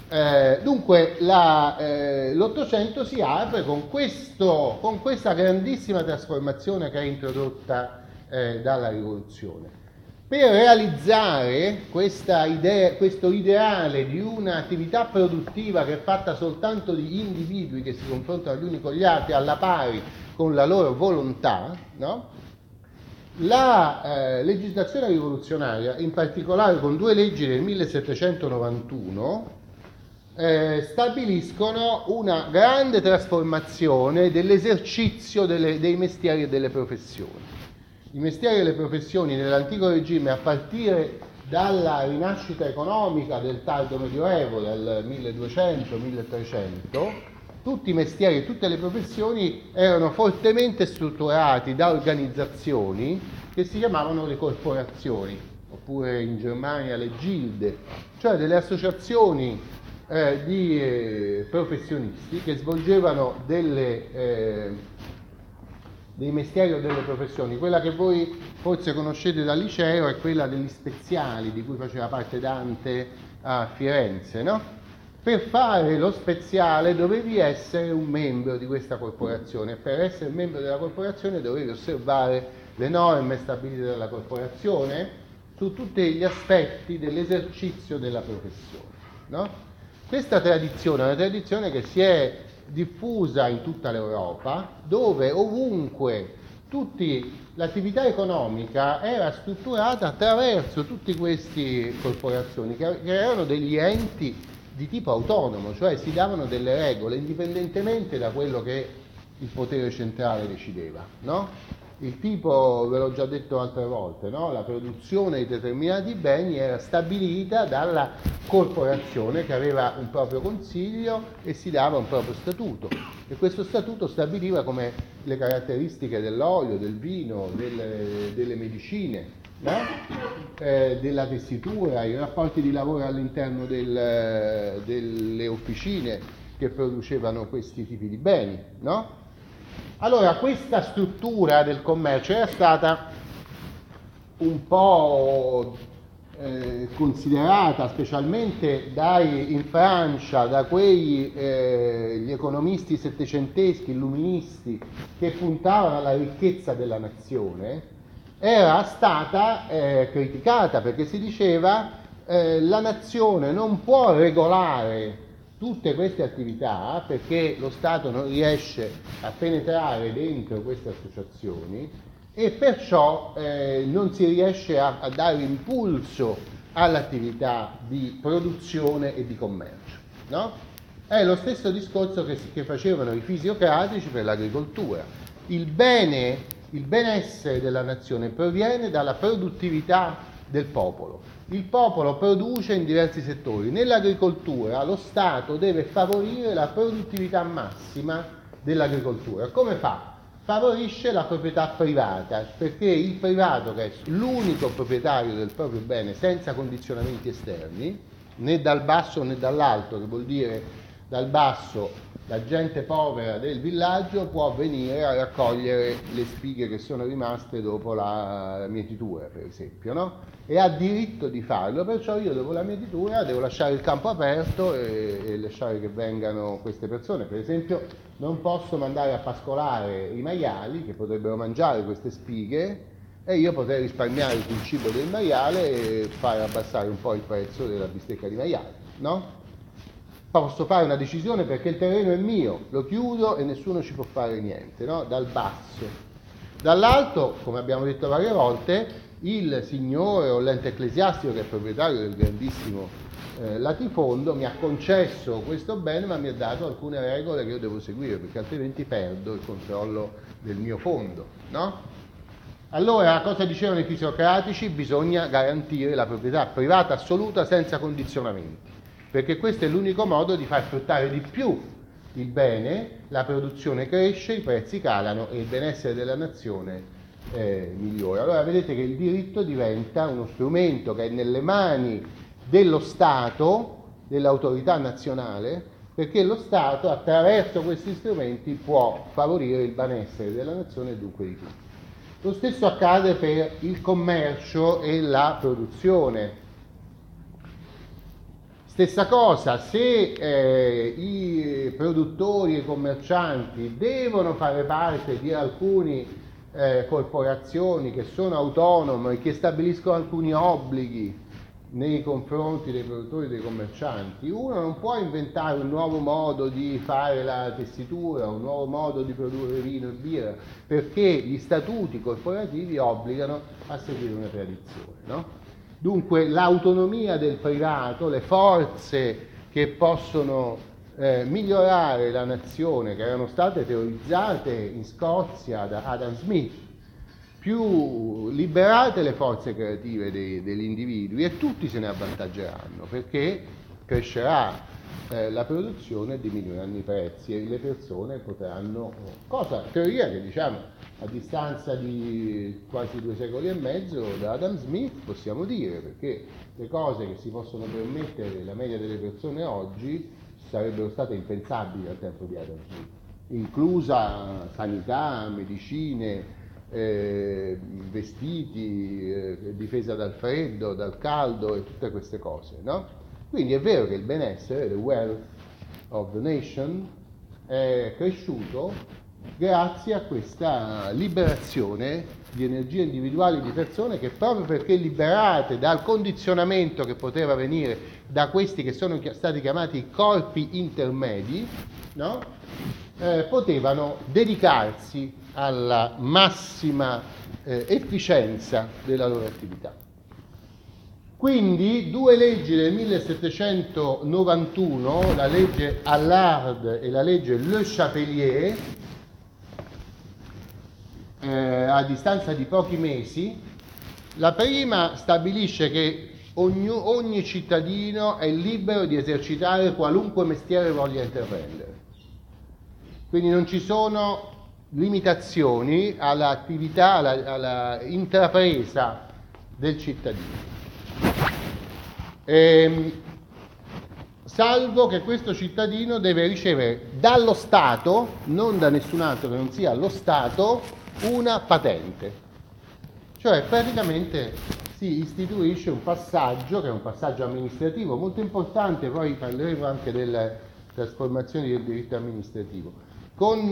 Dunque l'Ottocento si apre con questa grandissima trasformazione che è introdotta dalla rivoluzione. Per realizzare questo ideale di un'attività produttiva che è fatta soltanto di individui che si confrontano gli uni con gli altri alla pari con la loro volontà, no? La legislazione rivoluzionaria, in particolare con due leggi del 1791, stabiliscono una grande trasformazione dell'esercizio dei mestieri e delle professioni. I mestieri e le professioni nell'antico regime, a partire dalla rinascita economica del tardo medioevo, dal 1200-1300, tutti i mestieri e tutte le professioni erano fortemente strutturati da organizzazioni che si chiamavano le corporazioni, oppure in Germania le Gilde, cioè delle associazioni di professionisti che svolgevano dei mestieri o delle professioni. Quella che voi forse conoscete dal liceo è quella degli speziali, di cui faceva parte Dante a Firenze, no? Per fare lo speziale dovevi essere un membro di questa corporazione, e per essere membro della corporazione dovevi osservare le norme stabilite dalla corporazione su tutti gli aspetti dell'esercizio della professione, no? Questa tradizione è una tradizione che si è diffusa in tutta l'Europa, dove ovunque l'attività economica era strutturata attraverso tutte queste corporazioni che erano degli enti di tipo autonomo, cioè si davano delle regole indipendentemente da quello che il potere centrale decideva, no? Il tipo, ve l'ho già detto altre volte, no? La produzione di determinati beni era stabilita dalla corporazione che aveva un proprio consiglio e si dava un proprio statuto, e questo statuto stabiliva come le caratteristiche dell'olio, del vino, delle medicine, no? Della tessitura, i rapporti di lavoro all'interno delle officine che producevano questi tipi di beni, no? Allora, questa struttura del commercio era stata un po' considerata, specialmente in Francia, da gli economisti settecenteschi, illuministi, che puntavano alla ricchezza della nazione, era stata criticata, perché si diceva la nazione non può regolare tutte queste attività perché lo Stato non riesce a penetrare dentro queste associazioni e perciò non si riesce a dare impulso all'attività di produzione e di commercio, no? È lo stesso discorso che facevano i fisiocratici per l'agricoltura. Il benessere della nazione proviene dalla produttività del popolo. Il popolo produce in diversi settori. Nell'agricoltura lo Stato deve favorire la produttività massima dell'agricoltura. Come fa? Favorisce la proprietà privata, perché il privato, che è l'unico proprietario del proprio bene senza condizionamenti esterni, né dal basso né dall'alto, che vuol dire dal basso la gente povera del villaggio può venire a raccogliere le spighe che sono rimaste dopo la mietitura, per esempio, no? E ha diritto di farlo, perciò io dopo la mietitura devo lasciare il campo aperto e lasciare che vengano queste persone. Per esempio, non posso mandare a pascolare i maiali che potrebbero mangiare queste spighe e io potrei risparmiare sul cibo del maiale e far abbassare un po' il prezzo della bistecca di maiale, no? Posso fare una decisione perché il terreno è mio, lo chiudo e nessuno ci può fare niente, no? Dal basso. Dall'alto, come abbiamo detto varie volte, il signore o l'ente ecclesiastico, che è proprietario del grandissimo latifondo, mi ha concesso questo bene, ma mi ha dato alcune regole che io devo seguire, perché altrimenti perdo il controllo del mio fondo, no? Allora, cosa dicevano i fisiocratici? Bisogna garantire la proprietà privata assoluta senza condizionamenti, perché questo è l'unico modo di far fruttare di più il bene, la produzione cresce, i prezzi calano e il benessere della nazione migliora. Allora vedete che il diritto diventa uno strumento che è nelle mani dello Stato, dell'autorità nazionale, perché lo Stato attraverso questi strumenti può favorire il benessere della nazione e dunque di tutti. Lo stesso accade per il commercio e la produzione. Stessa cosa, se i produttori e i commercianti devono fare parte di alcune corporazioni che sono autonome e che stabiliscono alcuni obblighi nei confronti dei produttori e dei commercianti, uno non può inventare un nuovo modo di fare la tessitura, un nuovo modo di produrre vino e birra, perché gli statuti corporativi obbligano a seguire una tradizione, no? Dunque l'autonomia del privato, le forze che possono migliorare la nazione, che erano state teorizzate in Scozia da Adam Smith, più liberate le forze creative degli individui, e tutti se ne avvantaggeranno, perché crescerà la produzione e diminuiranno i prezzi e le persone potranno, teoria che diciamo a distanza di quasi 2 secoli e mezzo da Adam Smith possiamo dire, perché le cose che si possono permettere la media delle persone oggi sarebbero state impensabili al tempo di Adam Smith, inclusa sanità, medicine, vestiti, difesa dal freddo, dal caldo e tutte queste cose, no? Quindi è vero che il benessere, the wealth of the nation, è cresciuto grazie a questa liberazione di energie individuali di persone che, proprio perché liberate dal condizionamento che poteva venire da questi che sono stati chiamati corpi intermedi, no? Potevano dedicarsi alla massima efficienza della loro attività. Quindi 2 leggi del 1791, la legge Allard e la legge Le Chapelier, a distanza di pochi mesi. La prima stabilisce che ogni cittadino è libero di esercitare qualunque mestiere voglia intraprendere, quindi non ci sono limitazioni all'attività, alla intrapresa del cittadino, salvo che questo cittadino deve ricevere dallo Stato, non da nessun altro che non sia lo Stato, una patente. Cioè praticamente si istituisce un passaggio, che è un passaggio amministrativo molto importante, poi parleremo anche delle trasformazioni del diritto amministrativo, con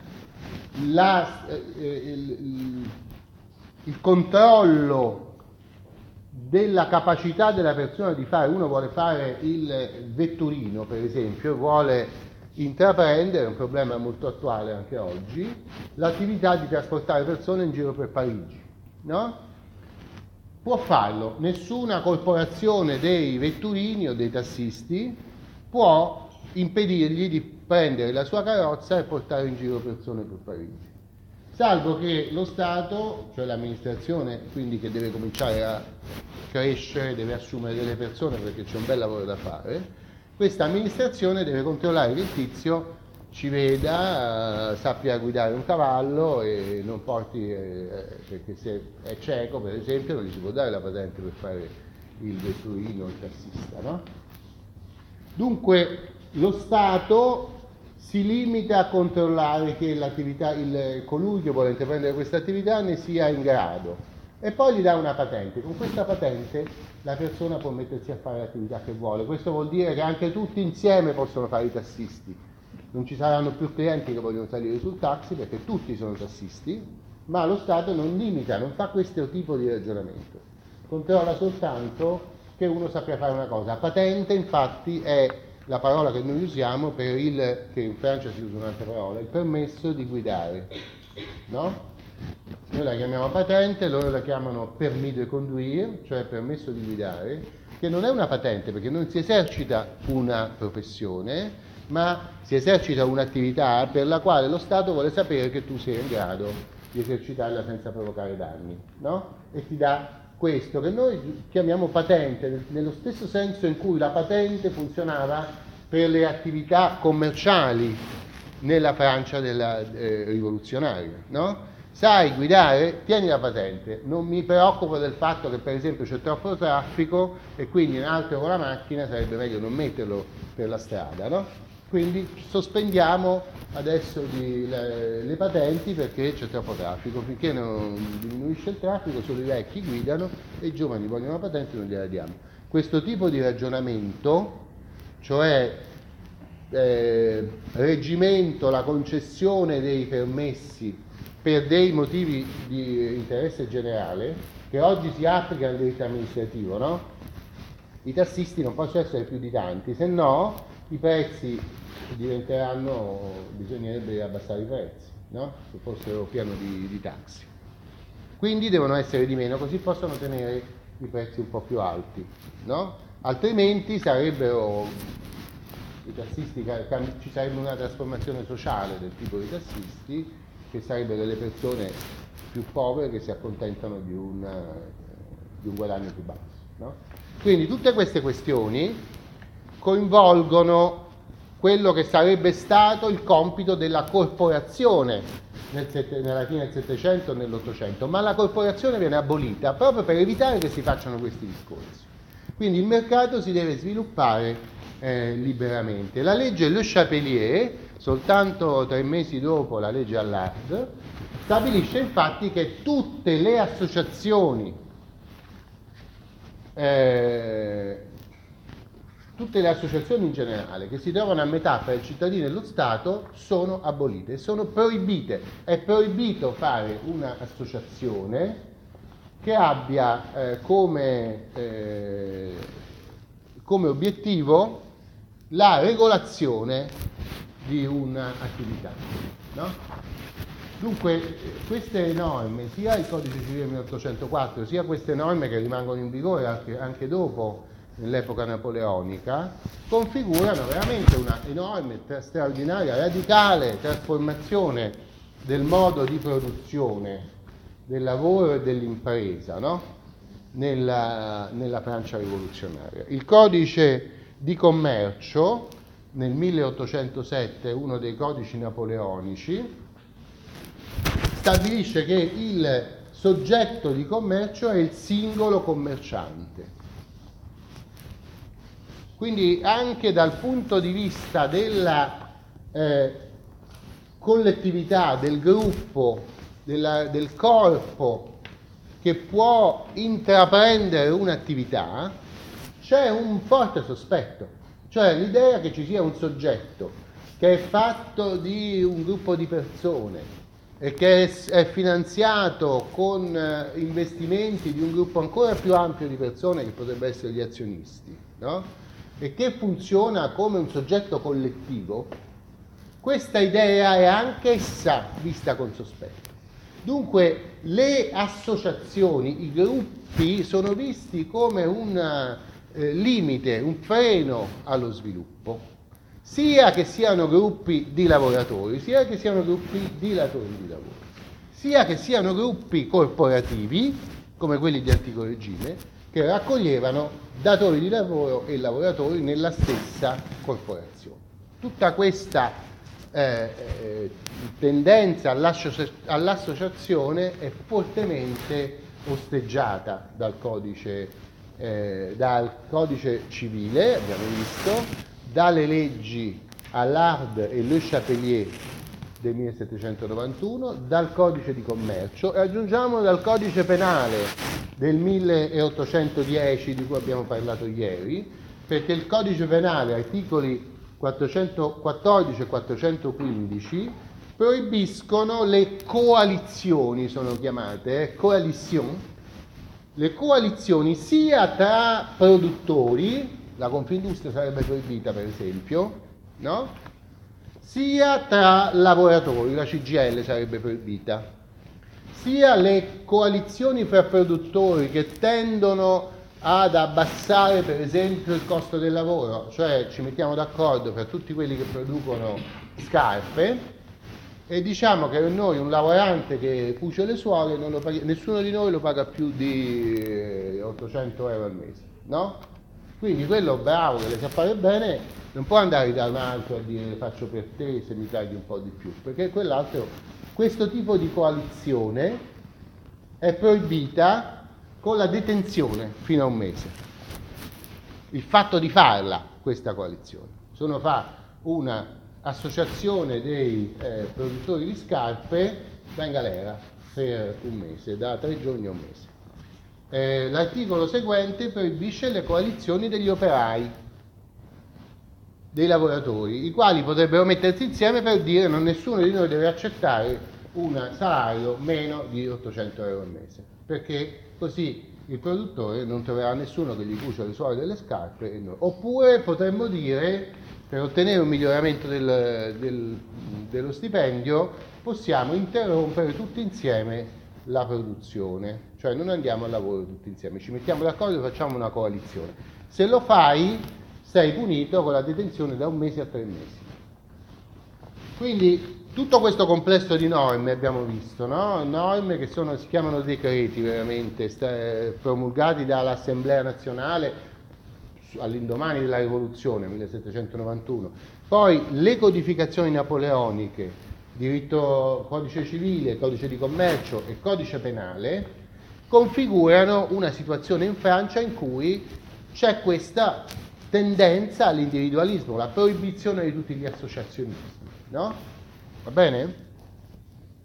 il controllo della capacità della persona di fare. Uno vuole fare il vetturino, per esempio, vuole intraprendere, un problema molto attuale anche oggi, l'attività di trasportare persone in giro per Parigi, no? Può farlo, nessuna corporazione dei vetturini o dei tassisti può impedirgli di prendere la sua carrozza e portare in giro persone per Parigi, salvo che lo Stato, cioè l'amministrazione, quindi che deve cominciare a crescere, deve assumere delle persone perché c'è un bel lavoro da fare, questa amministrazione deve controllare che il tizio ci veda, sappia guidare un cavallo e non porti, perché se è cieco per esempio non gli si può dare la patente per fare il vetturino o il tassista, no? Dunque lo Stato si limita a controllare che l'attività, colui che vuole intraprendere questa attività ne sia in grado, e poi gli dà una patente. Con questa patente la persona può mettersi a fare l'attività che vuole. Questo vuol dire che anche tutti insieme possono fare i tassisti. Non ci saranno più clienti che vogliono salire sul taxi perché tutti sono tassisti, ma lo Stato non limita, non fa questo tipo di ragionamento. Controlla soltanto che uno sappia fare una cosa. Patente, infatti, è la parola che noi usiamo per che in Francia si usa un'altra parola, il permesso di guidare, no? Noi la chiamiamo patente, loro la chiamano permis de conduire, cioè permesso di guidare, che non è una patente perché non si esercita una professione, ma si esercita un'attività per la quale lo Stato vuole sapere che tu sei in grado di esercitarla senza provocare danni, no? E ti dà questo che noi chiamiamo patente, nello stesso senso in cui la patente funzionava per le attività commerciali nella Francia rivoluzionaria, no? Sai guidare? Tieni la patente, non mi preoccupo del fatto che per esempio c'è troppo traffico e quindi in alto con la macchina sarebbe meglio non metterlo per la strada, no? Quindi sospendiamo adesso le patenti perché c'è troppo traffico. Finché non diminuisce il traffico solo i vecchi guidano e i giovani vogliono la patente e non gliela diamo. Questo tipo di ragionamento cioè reggimento, la concessione dei permessi per dei motivi di interesse generale, che oggi si applica al diritto amministrativo, no? I tassisti non possono essere più di tanti, se no i prezzi bisognerebbe abbassare i prezzi, no? Se fossero pieno di taxi. Quindi devono essere di meno, così possono tenere i prezzi un po' più alti, no? Altrimenti sarebbero i tassisti, ci sarebbe una trasformazione sociale del tipo di tassisti, che sarebbero delle persone più povere che si accontentano di un guadagno più basso, no? Quindi tutte queste questioni coinvolgono quello che sarebbe stato il compito della corporazione nella fine del Settecento e nell'Ottocento, ma la corporazione viene abolita proprio per evitare che si facciano questi discorsi. Quindi il mercato si deve sviluppare liberamente. La legge Le Chapelier, soltanto 3 mesi dopo la legge Allard, stabilisce infatti che tutte le associazioni in generale che si trovano a metà tra i cittadini e lo Stato sono abolite, sono proibite. È proibito fare un'associazione che abbia come obiettivo la regolazione di un'attività, no? Dunque queste norme, sia il Codice Civile 1804, sia queste norme che rimangono in vigore anche dopo, nell'epoca napoleonica, configurano veramente una enorme, straordinaria, radicale trasformazione del modo di produzione del lavoro e dell'impresa, no? nella Francia rivoluzionaria. Il Codice di Commercio nel 1807, uno dei codici napoleonici, stabilisce che il soggetto di commercio è il singolo commerciante. Quindi anche dal punto di vista della collettività, del gruppo, del corpo che può intraprendere un'attività, c'è un forte sospetto, cioè l'idea che ci sia un soggetto che è fatto di un gruppo di persone e che è finanziato con investimenti di un gruppo ancora più ampio di persone, che potrebbero essere gli azionisti, no? E che funziona come un soggetto collettivo, questa idea è anch'essa vista con sospetto. Dunque le associazioni, i gruppi sono visti come un limite, un freno allo sviluppo, sia che siano gruppi di lavoratori, sia che siano gruppi di datori di lavoro, sia che siano gruppi corporativi, come quelli di antico regime, che raccoglievano datori di lavoro e lavoratori nella stessa corporazione. Tutta questa tendenza all'associazione è fortemente osteggiata dal codice civile, abbiamo visto, dalle leggi Allard e Le Chapelier del 1791, dal codice di commercio e aggiungiamo dal codice penale del 1810 di cui abbiamo parlato ieri, perché il codice penale, articoli 414 e 415, proibiscono le coalizioni, sono chiamate, coalition, le coalizioni sia tra produttori, la Confindustria sarebbe proibita per esempio, no? Sia tra lavoratori, la CGIL sarebbe proibita, sia le coalizioni fra produttori che tendono ad abbassare per esempio il costo del lavoro, cioè ci mettiamo d'accordo per tutti quelli che producono scarpe e diciamo che noi un lavorante che cuce le suole nessuno di noi lo paga più di 800 euro al mese, no? Quindi quello bravo che le sa fare bene non può andare da un altro a dire faccio per te se mi paghi un po' di più, perché quell'altro, questo tipo di coalizione è proibita con la detenzione fino a un mese. Il fatto di farla, questa coalizione, fa una associazione dei produttori di scarpe, va in galera per un mese, da 3 giorni a un mese. L'articolo seguente proibisce le coalizioni degli operai. dei lavoratori, i quali potrebbero mettersi insieme per dire non nessuno di noi deve accettare un salario meno di 800 euro al mese, perché così il produttore non troverà nessuno che gli cucia le suole delle scarpe e noi. Oppure potremmo dire, per ottenere un miglioramento dello stipendio, possiamo interrompere tutti insieme la produzione, cioè non andiamo al lavoro tutti insieme, ci mettiamo d'accordo e facciamo una coalizione. Se lo fai, sei punito con la detenzione da 1 mese a 3 mesi. Quindi tutto questo complesso di norme abbiamo visto, no? Norme che si chiamano decreti veramente, promulgati dall'Assemblea Nazionale all'indomani della Rivoluzione, 1791. Poi le codificazioni napoleoniche, diritto, codice civile, codice di commercio e codice penale, configurano una situazione in Francia in cui c'è questa tendenza all'individualismo, la proibizione di tutti gli associazionismi, no? Va bene?